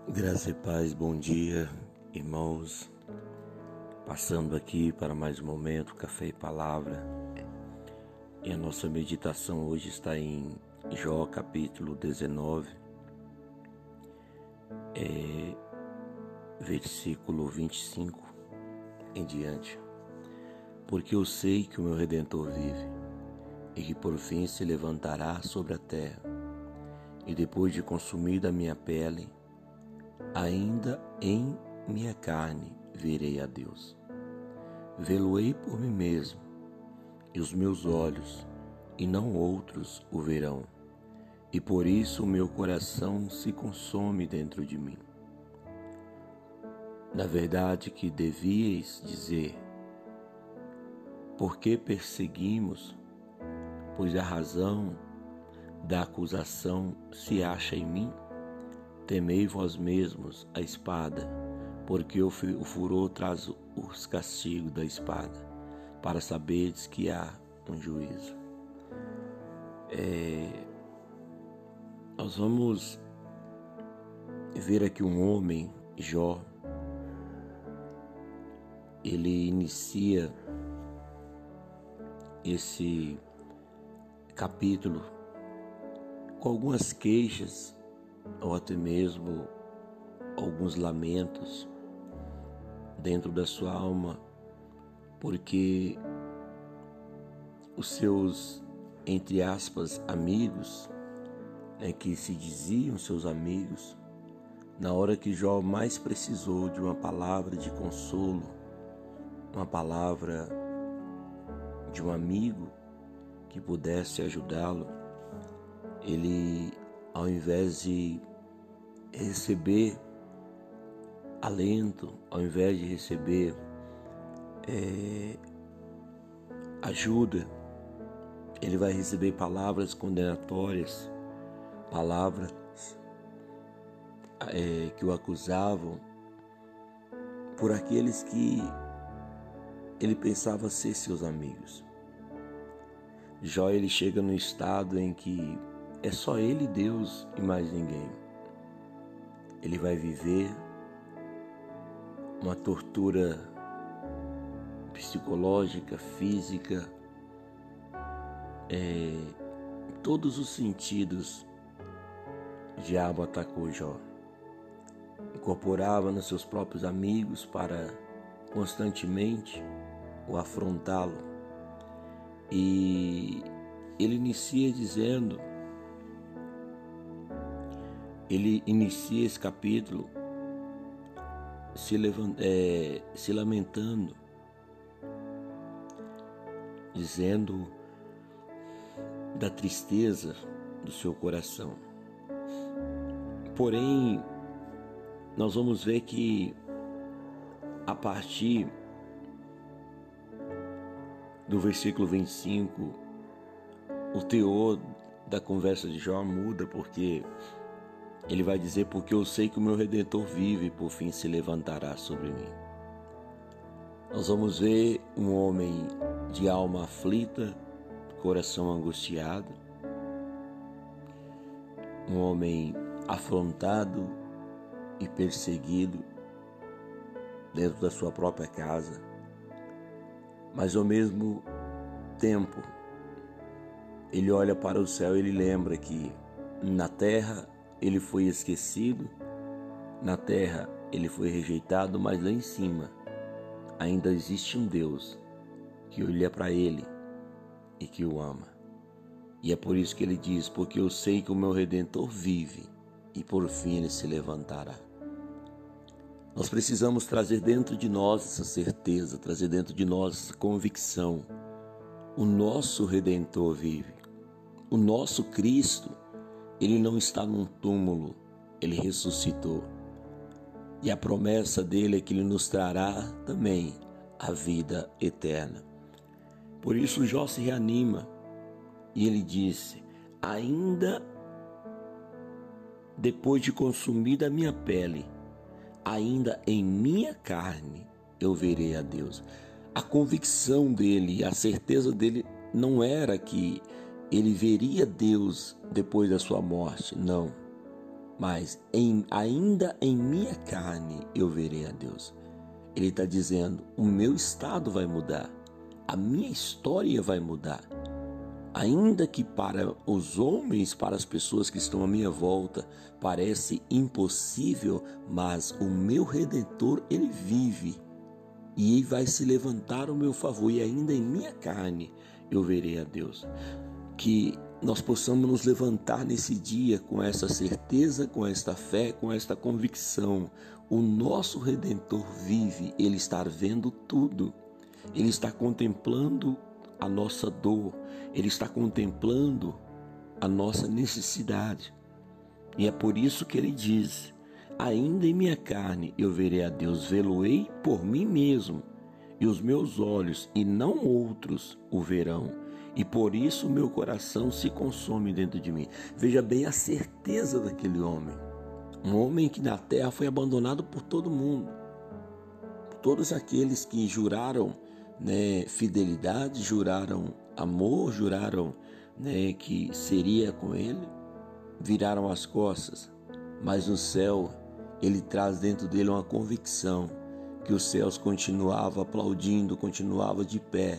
Graça e paz, bom dia, irmãos. Passando aqui para mais um momento, Café e Palavra. E a nossa meditação hoje está em Jó, capítulo 19, versículo 25 em diante. Porque eu sei que o meu Redentor vive, e que por fim se levantará sobre a terra, e depois de consumida a minha pele, ainda em minha carne verei a Deus. Vê-lo-ei por mim mesmo, e os meus olhos, e não outros, o verão. E por isso o meu coração se consome dentro de mim. Na verdade que devíeis dizer: por que perseguimos? Pois a razão da acusação se acha em mim. Temei vós mesmos a espada, porque o furor traz os castigos da espada, para saberdes que há um juízo. Nós vamos ver aqui um homem, Jó. Ele inicia esse capítulo com algumas queixas, ou até mesmo alguns lamentos dentro da sua alma, porque os seus, entre aspas, amigos, que se diziam seus amigos, na hora que Jó mais precisou de uma palavra de consolo, uma palavra de um amigo que pudesse ajudá-lo, ele, ao invés de receber alento, ao invés de receber ajuda, ele vai receber palavras condenatórias, palavras que o acusavam por aqueles que ele pensava ser seus amigos. Jó, ele chega no estado em que é só ele, Deus, e mais ninguém. Ele vai viver uma tortura psicológica, física, em todos os sentidos. O diabo atacou Jó. Incorporava nos seus próprios amigos para constantemente o afrontá-lo. E ele inicia dizendo, ele inicia esse capítulo se lamentando, dizendo da tristeza do seu coração. Porém, nós vamos ver que a partir do versículo 25, o teor da conversa de Jó muda, porque ele vai dizer: porque eu sei que o meu Redentor vive e por fim se levantará sobre mim. Nós vamos ver um homem de alma aflita, coração angustiado, um homem afrontado e perseguido dentro da sua própria casa, mas ao mesmo tempo ele olha para o céu e ele lembra que na terra ele foi esquecido, na terra ele foi rejeitado, mas lá em cima ainda existe um Deus que olha para ele e que o ama. E é por isso que ele diz: porque eu sei que o meu Redentor vive e por fim ele se levantará. Nós precisamos trazer dentro de nós essa certeza, trazer dentro de nós essa convicção. O nosso Redentor vive. O nosso Cristo, ele não está num túmulo, ele ressuscitou. E a promessa dele é que ele nos trará também a vida eterna. Por isso Jó se reanima e ele disse: ainda depois de consumida a minha pele, ainda em minha carne eu verei a Deus. A convicção dele, a certeza dele não era que ele veria Deus depois da sua morte, não. mas ainda em minha carne eu verei a Deus. Ele está dizendo, o meu estado vai mudar, a minha história vai mudar. Ainda que para os homens, para as pessoas que estão à minha volta, parece impossível, mas o meu Redentor, ele vive e ele vai se levantar ao meu favor, e ainda em minha carne eu verei a Deus. Que nós possamos nos levantar nesse dia com essa certeza, com esta fé, com esta convicção. O nosso Redentor vive, ele está vendo tudo, ele está contemplando a nossa dor, ele está contemplando a nossa necessidade. E é por isso que ele diz, ainda em minha carne eu verei a Deus, vê-lo-ei por mim mesmo, e os meus olhos, e não outros, o verão. E por isso o meu coração se consome dentro de mim. Veja bem a certeza daquele homem. Um homem que na terra foi abandonado por todo mundo. Todos aqueles que juraram fidelidade, juraram amor, juraram que seria com ele, viraram as costas. Mas no céu, ele traz dentro dele uma convicção que os céus continuavam aplaudindo, continuavam de pé,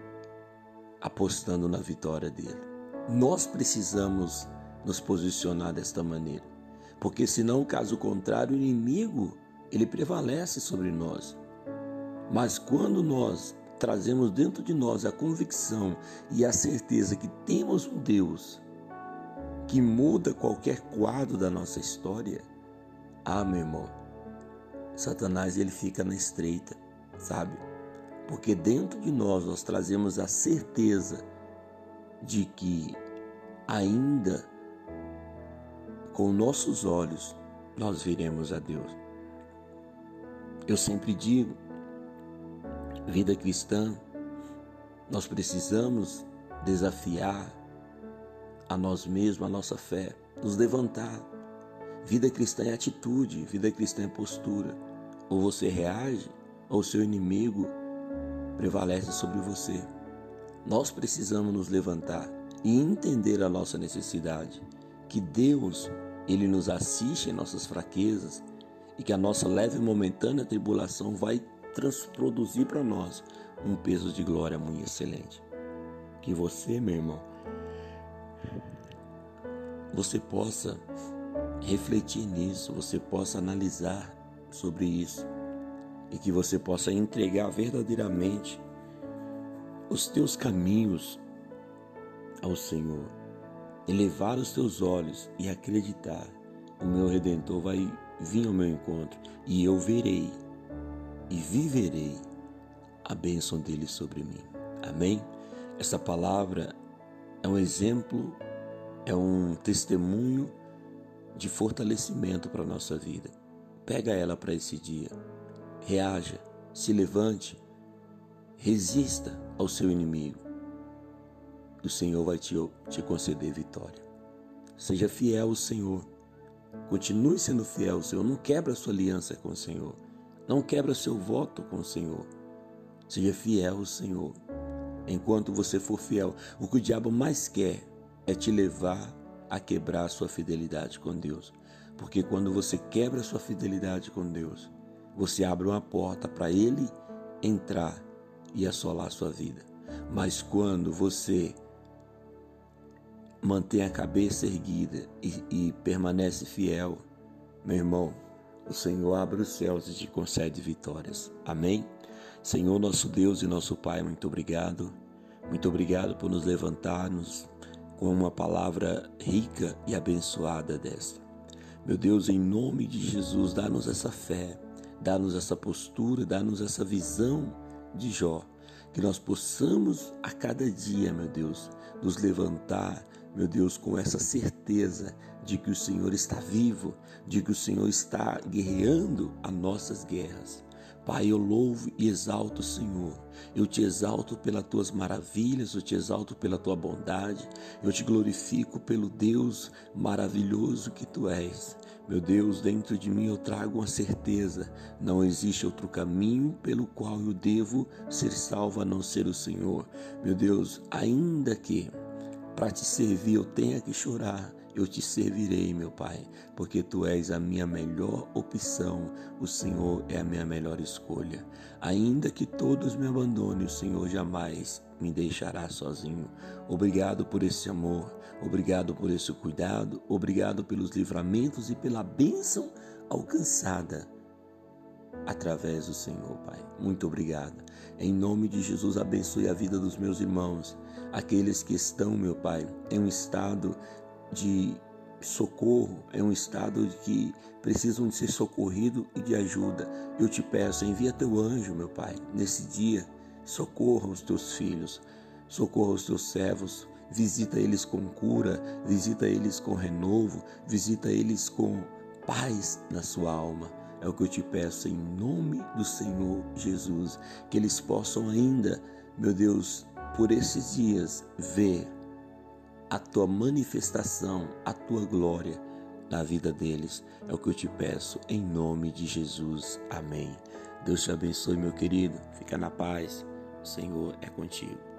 apostando na vitória dele. Nós precisamos nos posicionar desta maneira, porque senão, caso contrário, o inimigo, ele prevalece sobre nós. Mas quando nós trazemos dentro de nós a convicção e a certeza que temos um Deus que muda qualquer quadro da nossa história, meu irmão, Satanás, ele fica na estreita, sabe? Porque dentro de nós trazemos a certeza de que ainda com nossos olhos nós veremos a Deus. Eu sempre digo, vida cristã, nós precisamos desafiar a nós mesmos, a nossa fé, nos levantar. Vida cristã é atitude, vida cristã é postura. Ou você reage, ou o seu inimigo prevalece sobre você. Nós precisamos nos levantar e entender a nossa necessidade, que Deus, ele nos assiste em nossas fraquezas e que a nossa leve e momentânea tribulação vai produzir para nós um peso de glória muito excelente. Que você, meu irmão, você possa refletir nisso, você possa analisar sobre isso e que você possa entregar verdadeiramente os teus caminhos ao Senhor, elevar os teus olhos e acreditar, o meu Redentor vai vir ao meu encontro e eu verei e viverei a bênção dele sobre mim. Amém? Essa palavra é um exemplo, é um testemunho de fortalecimento para a nossa vida. Pega ela para esse dia. Reaja, se levante, resista ao seu inimigo. O Senhor vai te conceder vitória. Seja fiel ao Senhor. Continue sendo fiel ao Senhor. Não quebra a sua aliança com o Senhor. Não quebra seu voto com o Senhor. Seja fiel ao Senhor. Enquanto você for fiel, o que o diabo mais quer é te levar a quebrar a sua fidelidade com Deus. Porque quando você quebra a sua fidelidade com Deus, você abre uma porta para ele entrar e assolar a sua vida. Mas quando você mantém a cabeça erguida e permanece fiel, meu irmão, o Senhor abre os céus e te concede vitórias. Amém? Senhor, nosso Deus e nosso Pai, muito obrigado. Muito obrigado por nos levantarmos com uma palavra rica e abençoada desta. Meu Deus, em nome de Jesus, dá-nos essa fé, dá-nos essa postura, dá-nos essa visão de Jó. Que nós possamos a cada dia, meu Deus, nos levantar, meu Deus, com essa certeza de que o Senhor está vivo, de que o Senhor está guerreando as nossas guerras. Pai, eu louvo e exalto o Senhor. Eu te exalto pelas tuas maravilhas, eu te exalto pela tua bondade, eu te glorifico pelo Deus maravilhoso que tu és. Meu Deus, dentro de mim eu trago uma certeza, não existe outro caminho pelo qual eu devo ser salvo a não ser o Senhor. Meu Deus, ainda que para te servir eu tenha que chorar, eu te servirei, meu Pai, porque Tu és a minha melhor opção, o Senhor é a minha melhor escolha. Ainda que todos me abandonem, o Senhor jamais me deixará sozinho. Obrigado por esse amor, obrigado por esse cuidado, obrigado pelos livramentos e pela bênção alcançada através do Senhor, Pai. Muito obrigado. Em nome de Jesus, abençoe a vida dos meus irmãos, aqueles que estão, meu Pai, em um estado de socorro, em um estado de que precisam de ser socorridos e de ajuda. Eu te peço, envia teu anjo, meu Pai, nesse dia, socorra os teus filhos, socorra os teus servos, visita eles com cura, visita eles com renovo, visita eles com paz na sua alma. É o que eu te peço em nome do Senhor Jesus, que eles possam ainda, meu Deus, por esses dias, ver a Tua manifestação, a Tua glória na vida deles. É o que eu te peço em nome de Jesus. Amém. Deus te abençoe, meu querido. Fica na paz. O Senhor é contigo.